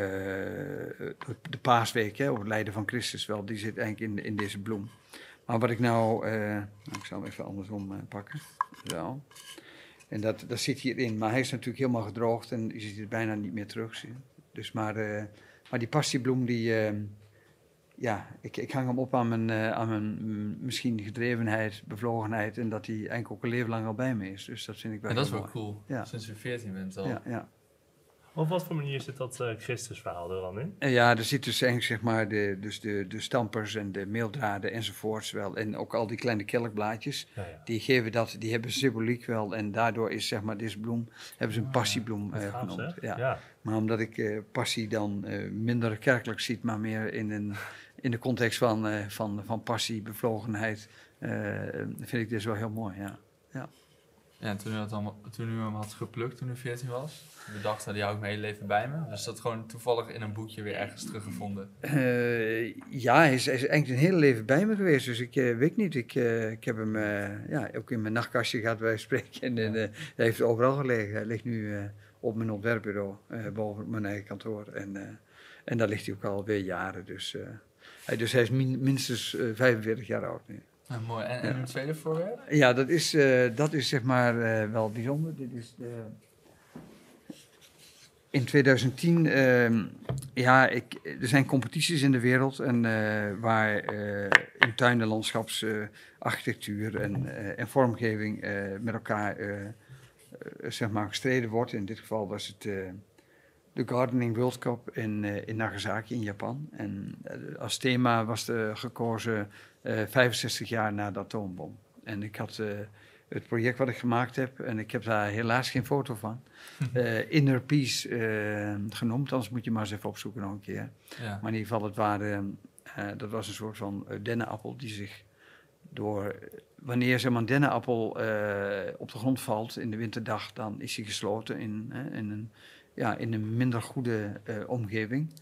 de paasweek, hè, over het lijden van Christus wel. Die zit eigenlijk in, in deze bloem. Maar wat ik nou, uh, nou ik zal hem even andersom uh, pakken. Zo. En dat, dat zit hierin. Maar hij is natuurlijk helemaal gedroogd en je ziet het bijna niet meer terug. Zie. Dus maar, uh, maar die passiebloem, die, uh, ja, ik, ik hang hem op aan mijn, uh, aan mijn mm, misschien gedrevenheid, bevlogenheid. En dat hij eigenlijk ook een leven lang al bij me is. Dus dat vind ik wel En dat is mooi. wel cool, ja. Sinds u veertien bent al. Ja, ja. Op wat voor manier zit dat uh, Christusverhaal er dan in? En ja, er zit dus eigenlijk zeg maar de, dus de, de stampers en de meeldraden enzovoorts wel. En ook al die kleine kelkblaadjes, ja, ja. die geven dat, die hebben symboliek wel. En daardoor is zeg maar deze bloem, hebben ze een passiebloem uh, genoemd. Ja. Ja. Maar omdat ik uh, passie dan uh, minder kerkelijk ziet, maar meer in, een, in de context van, uh, van, van passie, bevlogenheid, uh, vind ik dit wel heel mooi, ja. ja. Ja, toen u, dat allemaal, toen u hem had geplukt toen u veertien was, bedacht dat hij houdt mijn hele leven bij me. Dus dat gewoon toevallig in een boekje weer ergens teruggevonden. Uh, ja, hij is, hij is eigenlijk een hele leven bij me geweest. Dus ik uh, weet niet, ik, uh, ik heb hem uh, ja, ook in mijn nachtkastje gehad bij spreken. En uh, hij heeft overal gelegen. Hij ligt nu uh, op mijn ontwerpbureau, uh, boven mijn eigen kantoor. En, uh, en daar ligt hij ook alweer jaren. Dus, uh, hij, dus hij is min, minstens uh, vijfenveertig jaar oud nu. Ja, mooi. En, en ja. Een tweede voorwerp? Ja, dat is, uh, dat is zeg maar uh, wel bijzonder. Dit is de... In twintig tien, uh, ja, ik, er zijn competities in de wereld en, uh, waar uh, in tuin- en landschapsarchitectuur uh, en, uh, en vormgeving uh, met elkaar uh, uh, zeg maar gestreden wordt. In dit geval was het uh, de Gardening World Cup in, uh, in Nagasaki in Japan. En uh, als thema was er gekozen uh, vijfenzestig jaar na de atoombom. En ik had uh, het project wat ik gemaakt heb, en ik heb daar helaas geen foto van, uh, Inner Peace uh, genoemd. Anders moet je maar eens even opzoeken nog een keer. Ja. Maar in ieder geval, het waren, uh, dat was een soort van uh, dennenappel die zich door... Wanneer zeg maar, een dennenappel uh, op de grond valt in de winterdag, dan is hij gesloten in, uh, in, een, ja, in een minder goede uh, omgeving.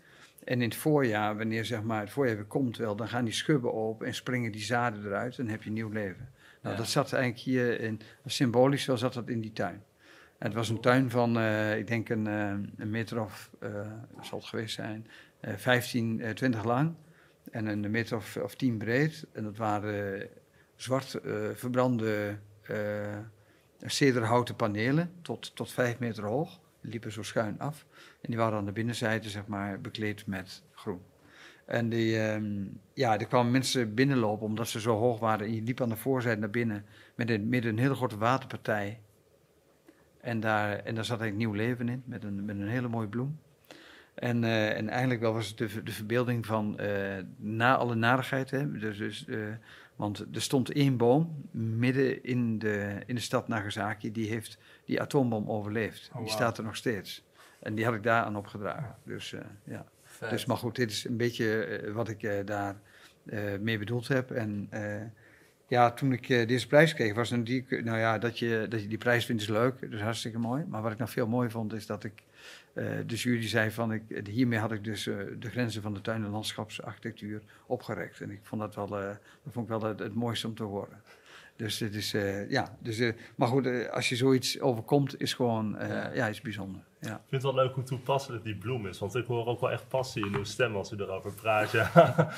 en in het voorjaar, wanneer zeg maar, het voorjaar weer komt wel, dan gaan die schubben open en springen die zaden eruit en dan heb je nieuw leven. Nou, Ja. dat zat eigenlijk hier, in, symbolisch wel zat dat in die tuin. En het was een tuin van, uh, ik denk een, uh, een meter of, uh, zal het geweest zijn, uh, vijftien, uh, twintig lang en een meter of, of tien breed. En dat waren uh, zwart uh, verbrande uh, cederhouten panelen tot, tot vijf meter hoog. Die liepen zo schuin af. En die waren aan de binnenzijde, zeg maar, bekleed met groen. En die, um, ja, er kwamen mensen binnenlopen omdat ze zo hoog waren. En je liep aan de voorzijde naar binnen met een, met een hele grote waterpartij. En daar, en daar zat eigenlijk nieuw leven in, met een, met een hele mooie bloem. En, uh, en eigenlijk wel was het de, de verbeelding van, uh, na alle narigheid, hè, dus, dus, uh, want er stond één boom midden in de, in de stad Nagasaki, die heeft die atoombom overleefd. Oh, wow. Die staat er nog steeds. En die had ik daar aan opgedragen. Dus, uh, ja. dus maar goed, dit is een beetje uh, wat ik uh, daar uh, mee bedoeld heb. En uh, ja, toen ik uh, deze prijs kreeg, was het natuurlijk, nou ja, dat je, dat je die prijs vindt is leuk, dat is hartstikke mooi. Maar wat ik nog veel mooi vond, is dat ik, uh, de jury zei van, ik, hiermee had ik dus uh, de grenzen van de tuin- en landschapsarchitectuur opgerekt. En ik vond dat wel, uh, dat vond ik wel het, het mooiste om te horen. Dus het is, uh, ja, dus, uh, maar goed, uh, als je zoiets overkomt, is gewoon, uh, ja. ja, is bijzonder. Ja. Ik vind het wel leuk hoe toepasselijk die bloem is, want ik hoor ook wel echt passie in uw stem als u erover praat, ja.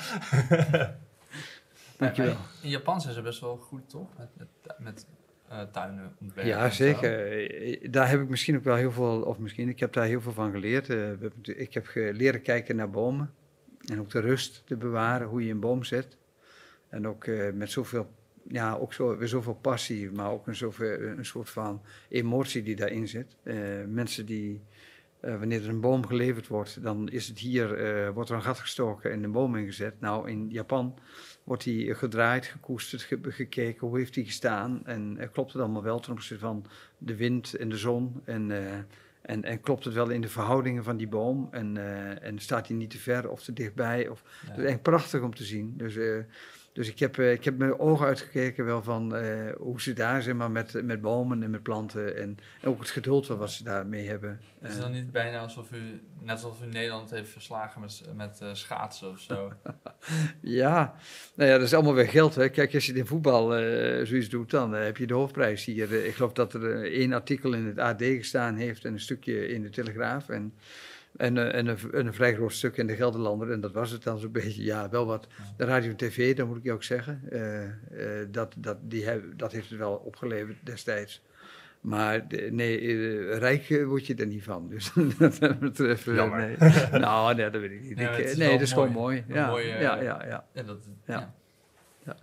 Dankjewel. Ja, in Japan zijn ze best wel goed, toch? Met, met, met uh, tuinen ontwerpen. Ja, zeker. Daar heb ik misschien ook wel heel veel, of misschien, ik heb daar heel veel van geleerd. Uh, ik heb ge- leren kijken naar bomen en ook de rust te bewaren, hoe je een boom zet. En ook uh, met zoveel, ja, ook zo, weer zoveel passie, maar ook een, zoveel, een soort van emotie die daarin zit. Uh, mensen die, uh, wanneer er een boom geleverd wordt, dan is het hier, uh, wordt er een gat gestoken en een boom ingezet. Nou, in Japan wordt die gedraaid, gekoesterd, ge- gekeken, hoe heeft die gestaan? En uh, klopt het allemaal wel ten opzichte van de wind en de zon? En, uh, en, en klopt het wel in de verhoudingen van die boom? En, uh, en staat die niet te ver of te dichtbij? Of, Ja. Dat is eigenlijk prachtig om te zien. Dus, uh, dus ik, heb, uh, ik heb mijn ogen uitgekeken wel van uh, hoe ze daar, zeg maar, met, met bomen en met planten en, en ook het geduld wat ze daarmee hebben. Is het dan niet bijna alsof u, net alsof u Nederland heeft verslagen met, met uh, schaatsen of zo? Ja, nou ja, dat is allemaal weer geld. Hè. Kijk, als je het in voetbal uh, zoiets doet, dan uh, heb je de hoofdprijs hier. Uh, ik geloof dat er uh, één artikel in het A D gestaan heeft en een stukje in de Telegraaf. En, en, uh, en, een, en een vrij groot stuk in de Gelderlander. En dat was het dan zo'n beetje. Ja, wel wat. De radio en tv, dat moet ik je ook zeggen. Uh, uh, dat, dat, die heb, dat heeft het wel opgeleverd destijds. Maar de, nee, uh, rijk word je er niet van. Dus dat betreft. Uh, Jammer. nee. Nou, nee, dat weet ik niet. Ja, ik, het is nee, wel dat is mooi. gewoon mooi. Een Ja, mooie, ja, ja, ja. Ja, dat, Ja. ja. Ja.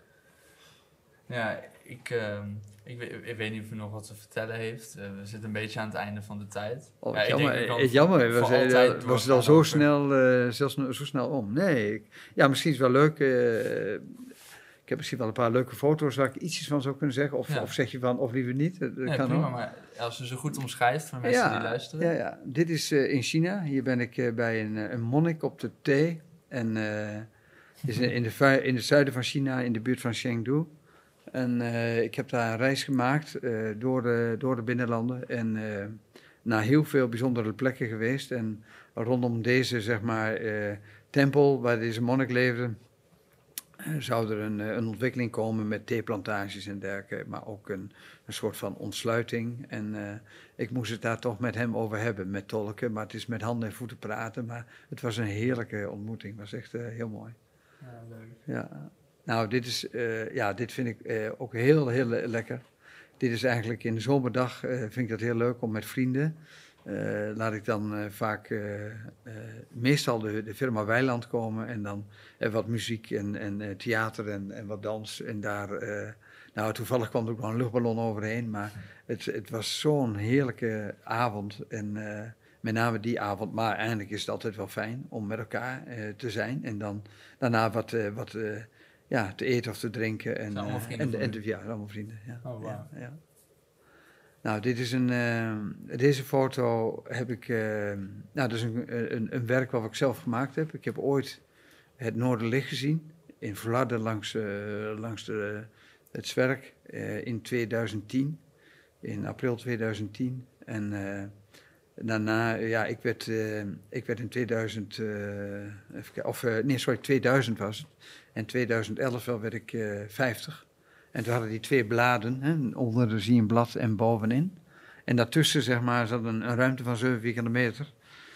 Ja, ik, uh, ik, weet, ik weet niet of u nog wat te vertellen heeft. Uh, we zitten een beetje aan het einde van de tijd. Oh, Ja, ik jammer, denk, ik kan het jammer. voor Was, altijd het was het al doorgaan zo over- snel, uh, zelfs zo snel om? Nee, ik, ja, misschien is het wel leuk. Uh, ik heb misschien wel een paar leuke foto's waar ik ietsjes van zou kunnen zeggen. Of, Ja. of zeg je van, of liever niet. Dat, dat Nee, kan prima, ook. maar als u ze goed omschrijft voor mensen die luisteren. Ja, ja. Dit is uh, in China. Hier ben ik uh, bij een, uh, een monnik op de thee. En uh, is in, de, vu- in het zuiden van China, in de buurt van Chengdu. En uh, ik heb daar een reis gemaakt uh, door, de, door de binnenlanden. En uh, naar heel veel bijzondere plekken geweest. En rondom deze, zeg maar, uh, tempel waar deze monnik leefde, uh, zou er een, uh, een ontwikkeling komen met theeplantages en dergelijke. Maar ook een, een soort van ontsluiting. En uh, ik moest het daar toch met hem over hebben, met tolken. Maar het is met handen en voeten praten. Maar het was een heerlijke ontmoeting. Het was echt uh, heel mooi. Ja, leuk. Ja. Nou, dit, is, uh, ja, dit vind ik uh, ook heel, heel le- lekker. Dit is eigenlijk in de zomerdag, uh, vind ik dat heel leuk om met vrienden. Uh, laat ik dan uh, vaak uh, uh, meestal de, de firma Weiland komen en dan uh, wat muziek en, en uh, theater en, en wat dans. En daar, uh, nou toevallig kwam er ook nog een luchtballon overheen, maar het, het was zo'n heerlijke avond. En uh, met name die avond, maar eigenlijk is het altijd wel fijn om met elkaar uh, te zijn. En dan daarna wat, uh, wat uh, ja, te eten of te drinken. En, Zijn allemaal uh, vrienden en, van en, u? en, ja, allemaal vrienden. Ja. Oh, wauw. Ja, ja. Nou, dit is een, uh, deze foto heb ik, uh, nou, dat is een, een, een werk wat ik zelf gemaakt heb. Ik heb ooit het Noorderlicht gezien in Vlaarden langs, uh, langs de, het Zwerk uh, in tweeduizend tien, in april tweeduizend tien. En uh, Daarna, ja, ik werd, uh, ik werd in tweeduizend, uh, even kijken, of uh, nee, sorry, tweeduizend was het. En tweeduizend elf wel werd ik uh, vijftig. En toen hadden die twee bladen, hè, onder zie je een blad en bovenin. En daartussen, zeg maar, zat een, een ruimte van zeven vierkante meter.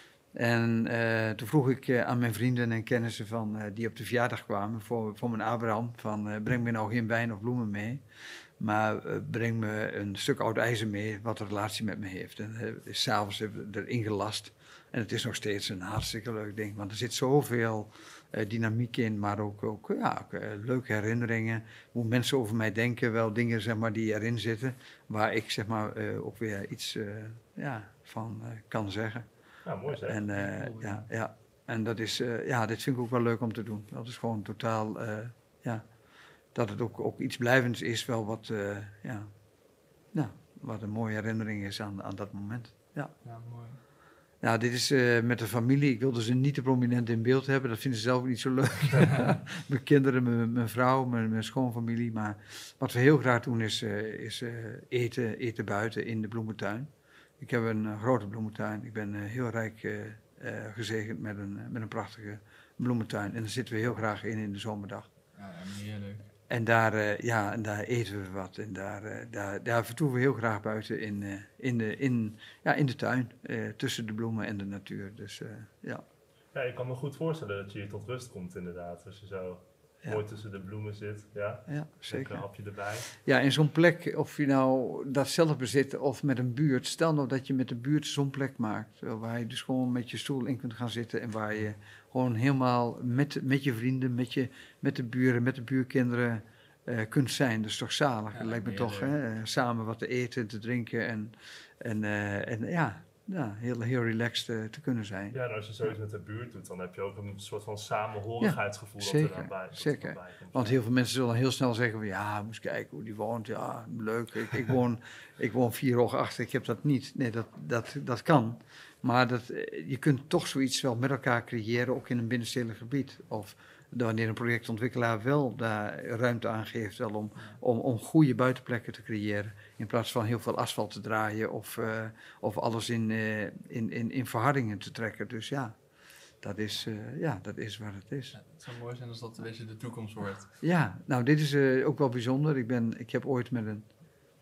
En uh, toen vroeg ik uh, aan mijn vrienden en kennissen van, uh, die op de verjaardag kwamen voor, voor mijn Abraham, van uh, breng me nou geen wijn of bloemen mee, maar uh, breng me een stuk oud ijzer mee wat een relatie met me heeft. En uh, s'avonds hebben we erin gelast. En het is nog steeds een hartstikke leuk ding, want er zit zoveel uh, dynamiek in, maar ook, ook, ja, ook uh, leuke herinneringen. Hoe mensen over mij denken, wel dingen zeg maar, die erin zitten, waar ik zeg maar, uh, ook weer iets uh, ja, van uh, kan zeggen. Ja, mooi zeg. En, uh, ja, ja. en dat is, uh, ja, dit vind ik ook wel leuk om te doen. Dat is gewoon totaal, uh, ja, dat het ook, ook iets blijvends is, wel wat, uh, ja, ja, wat een mooie herinnering is aan, aan dat moment. Ja, ja mooi. Nou, dit is uh, met de familie. Ik wilde ze niet te prominent in beeld hebben. Dat vinden ze zelf niet zo leuk. Mijn kinderen, mijn, mijn vrouw, mijn, mijn schoonfamilie. Maar wat we heel graag doen is, uh, is uh, eten, eten buiten in de bloementuin. Ik heb een uh, grote bloementuin. Ik ben uh, heel rijk uh, uh, gezegend met een, uh, met een prachtige bloementuin. En daar zitten we heel graag in in de zomerdag. Ja, heerlijk. En daar, uh, ja, en daar eten we wat. En daar, uh, daar, daar vertoeven we heel graag buiten in, uh, in, de, in, ja, in de tuin. Uh, tussen de bloemen en de natuur. Dus uh, ja. Ja, ik kan me goed voorstellen dat je hier tot rust komt inderdaad. Als je zo Ja. mooi tussen de bloemen zit. Ja, Ja, zeker. Een hapje erbij. Ja, in zo'n plek, of je nou dat zelf bezit of met een buurt. Stel nou dat je met de buurt zo'n plek maakt. Waar je dus gewoon met je stoel in kunt gaan zitten. En waar je gewoon helemaal met, met je vrienden, met, je, met de buren, met de buurkinderen uh, kunt zijn. Dat is toch zalig. Ja, Het lijkt me heerlijk. toch, hè, samen wat te eten en te drinken. En, en, uh, en ja, ja, heel, heel relaxed uh, te kunnen zijn. Ja, en als je zoiets met de buurt doet, dan heb je ook een soort van samenhorigheidsgevoel Ja, dat zeker, er dan bij, dat zeker. er dan bij komt. Want heel veel mensen zullen heel snel zeggen van ja, moet eens kijken hoe die woont. Ja, leuk. Ik, ik, woon, ik woon vier hoog achter, ik heb dat niet. Nee, dat, dat, dat kan. Maar dat, je kunt toch zoiets wel met elkaar creëren, ook in een binnenstedelijk gebied. Of wanneer een projectontwikkelaar wel daar ruimte aan geeft wel om, om, om goede buitenplekken te creëren. In plaats van heel veel asfalt te draaien of, uh, of alles in, uh, in, in, in verhardingen te trekken. Dus ja. Dat is, uh, ja, dat is waar het is. Ja, het zou mooi zijn als dat een beetje de toekomst wordt. Ja, nou dit is uh, ook wel bijzonder. Ik, ben, ik heb ooit met een,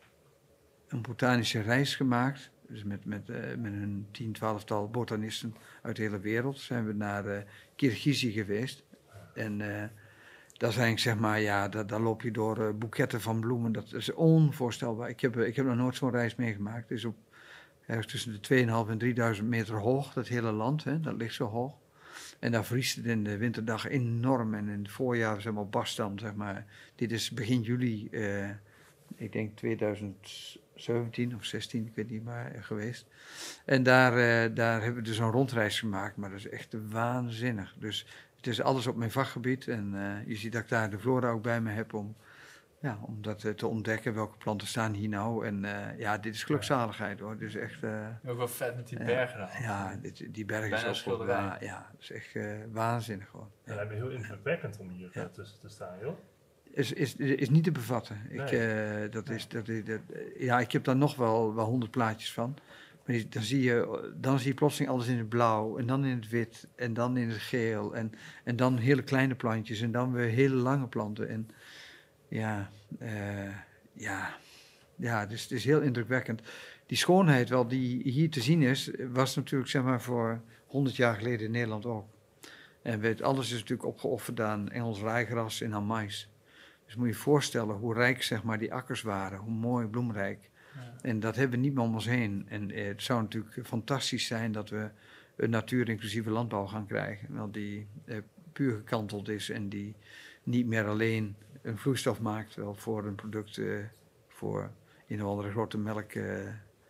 een botanische reis gemaakt. Dus met, met, uh, met een tien, twaalftal botanisten uit de hele wereld zijn we naar uh, Kirgizië geweest. En uh, daar zijn, zeg maar, ja, daar, daar loop je door uh, boeketten van bloemen. Dat is onvoorstelbaar. Ik heb, ik heb nog nooit zo'n reis meegemaakt. Het is op ergens tussen de tweeënhalf en drieduizend meter hoog, dat hele land. Hè, dat ligt zo hoog. En daar vriest het in de winterdag enorm. En in het voorjaar is helemaal barst dan, zeg maar. Dit is begin juli, uh, ik denk tweeduizend zeventien of zestien, ik weet niet maar, geweest. En daar, uh, daar hebben we dus een rondreis gemaakt, maar dat is echt waanzinnig. Dus het is alles op mijn vakgebied. En uh, je ziet dat ik daar de flora ook bij me heb om, ja, om dat uh, te ontdekken. Welke planten staan hier nou? En uh, ja, dit is gelukzaligheid hoor. Dit is echt... Uh, ook wel vet met die ja, bergen dan. Ja, dit, die bergen Bijna is ook wel schilderij. wa- ja, dat is echt uh, waanzinnig gewoon. Ja, dat lijkt me heel indrukwekkend om hier Ja. uh, tussen te staan, joh. Is, is, is niet te bevatten. Ik, Nee. uh, dat is, dat is, dat, ja, ik heb daar nog wel wel honderd plaatjes van. Maar die- dan zie, je, dan zie je plotseling alles in het blauw. En dan in het wit. En dan in het geel. En, en dan hele kleine plantjes. En dan weer hele lange planten. En ja, uh, ja, ja het, is, het is heel indrukwekkend. Die schoonheid wel die hier te zien is, was natuurlijk zeg maar voor honderd jaar geleden in Nederland ook. En weet, alles is natuurlijk opgeofferd aan Engels rijgras en aan mais. Dus moet je je voorstellen hoe rijk zeg maar, die akkers waren, hoe mooi bloemrijk. Ja. En dat hebben we niet meer om ons heen. En eh, het zou natuurlijk fantastisch zijn dat we een natuurinclusieve landbouw gaan krijgen. Wel die eh, puur gekanteld is en die niet meer alleen een vloeistof maakt, wel voor een product, eh, voor een of andere grote melk eh,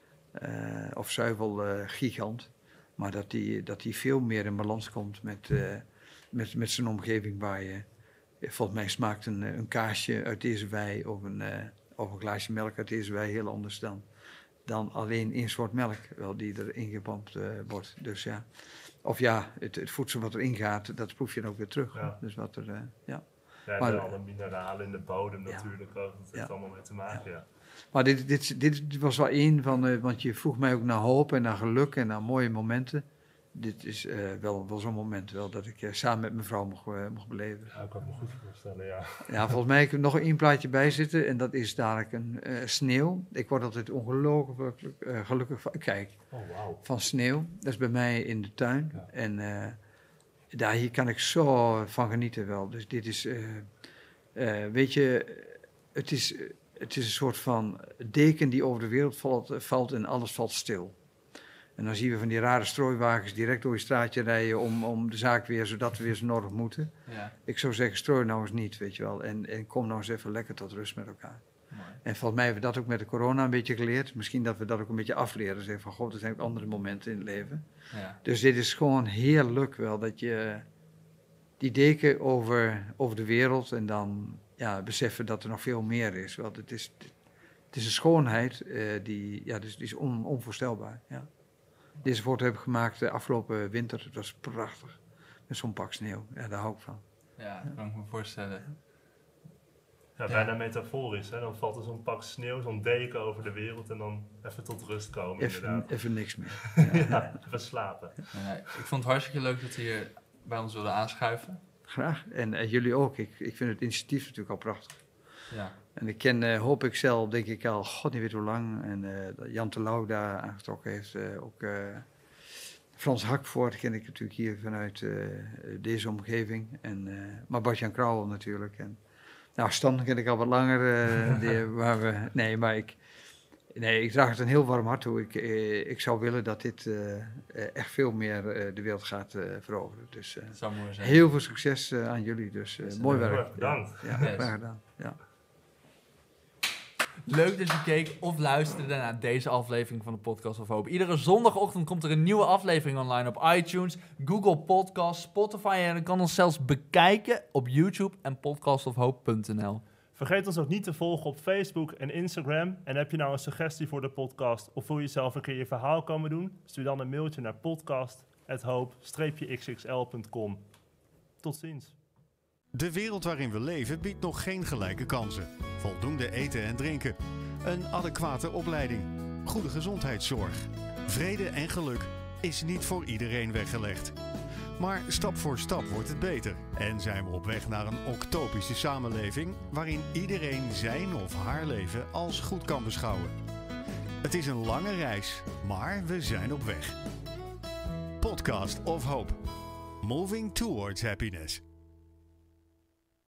eh, of zuivel eh, gigant. Maar dat die, dat die veel meer in balans komt met, uh, met, met zijn omgeving waar je... Volgens mij smaakt een, een kaasje uit deze wei of een, uh, of een glaasje melk uit deze wei heel anders dan, dan alleen één soort melk wel, die erin gepompt uh, wordt. Dus ja, of ja, het, het voedsel wat erin gaat, dat proef je dan ook weer terug. Ja. Dus wat er, uh, ja. Ja, en Maar- alle mineralen in de bodem Ja. natuurlijk ook. Dat heeft Ja. allemaal mee te maken, ja. Maar dit, dit, dit was wel één van, eh, want je vroeg mij ook naar hoop en naar geluk en naar mooie momenten. Dit is eh, wel, wel zo'n moment wel dat ik eh, samen met mijn vrouw mocht, eh, mocht beleven. Ja, ik kan me goed voorstellen, ja. Ja, volgens mij heb ik nog één plaatje bij zitten en dat is dadelijk een eh, sneeuw. Ik word altijd ongelooflijk eh, gelukkig van, kijk, Oh, wauw. van sneeuw. Dat is bij mij in de tuin. Ja. En eh, daar hier kan ik zo van genieten wel. Dus dit is, eh, eh, weet je, het is, het is een soort van deken die over de wereld valt, valt en alles valt stil. En dan zien we van die rare strooiwagens direct door je straatje rijden om, om de zaak weer, zodat we weer zo nodig moeten. Ja, Ik zou zeggen, strooi nou eens niet, weet je wel. En, en kom nou eens even lekker tot rust met elkaar. mooi. En volgens mij hebben we dat ook met de corona een beetje geleerd. Misschien dat we dat ook een beetje afleren. Zeggen van, god, er zijn ook andere momenten in het leven. Ja. Dus dit is gewoon heerlijk wel, dat je die deken over, over de wereld en dan ja, beseffen dat er nog veel meer is. Want het is, het is een schoonheid eh, die, ja, dus, die is on, onvoorstelbaar. Ja. Deze foto heb ik gemaakt de afgelopen winter. Het was prachtig. Met zo'n pak sneeuw. Ja, daar hou ik van. Ja, dat kan ik me voorstellen. Ja, bijna metaforisch, hè. Dan valt er zo'n pak sneeuw, zo'n deken over de wereld en dan even tot rust komen, Even, inderdaad. even niks meer. Ja, even slapen. Ja, ik vond het hartstikke leuk dat je hier bij ons wilde aanschuiven. Graag. En eh, jullie ook. Ik, ik vind het initiatief natuurlijk al prachtig. Ja, En ik ken eh, Hoop ik zelf, denk ik al, god niet weet hoe lang. En eh, dat Jan Terlouw daar aangetrokken heeft. eh, ook eh, Frans Hakvoort ken ik natuurlijk hier vanuit eh, deze omgeving. En, eh, maar Bart-Jan Krauwel natuurlijk. En, nou, Stan ken ik al wat langer. eh, die, waar we, nee, maar ik, nee, ik draag het een heel warm hart toe. Ik, eh, ik zou willen dat dit eh, eh, echt veel meer eh, de wereld gaat eh, veroveren. Dus eh, dat zou mooi zijn. heel veel succes eh, aan jullie. Dus eh, Dus, mooi heel werk. erg bedankt. Ja, Yes. ja, graag gedaan. Ja. Leuk dat je keek of luisterde naar deze aflevering van de Podcast of Hope. Iedere zondagochtend komt er een nieuwe aflevering online op iTunes, Google Podcasts, Spotify en je kan ons zelfs bekijken op YouTube en podcast of hope punt n l. Vergeet ons ook niet te volgen op Facebook en Instagram. En heb je nou een suggestie voor de podcast of wil je zelf een keer je verhaal komen doen? Stuur dan een mailtje naar podcast at hope dash x x l punt com. Tot ziens. De wereld waarin we leven biedt nog geen gelijke kansen. Voldoende eten en drinken. Een adequate opleiding. Goede gezondheidszorg. Vrede en geluk is niet voor iedereen weggelegd. Maar stap voor stap wordt het beter. En zijn we op weg naar een octopische samenleving waarin iedereen zijn of haar leven als goed kan beschouwen. Het is een lange reis, maar we zijn op weg. Podcast of Hope. Moving towards happiness.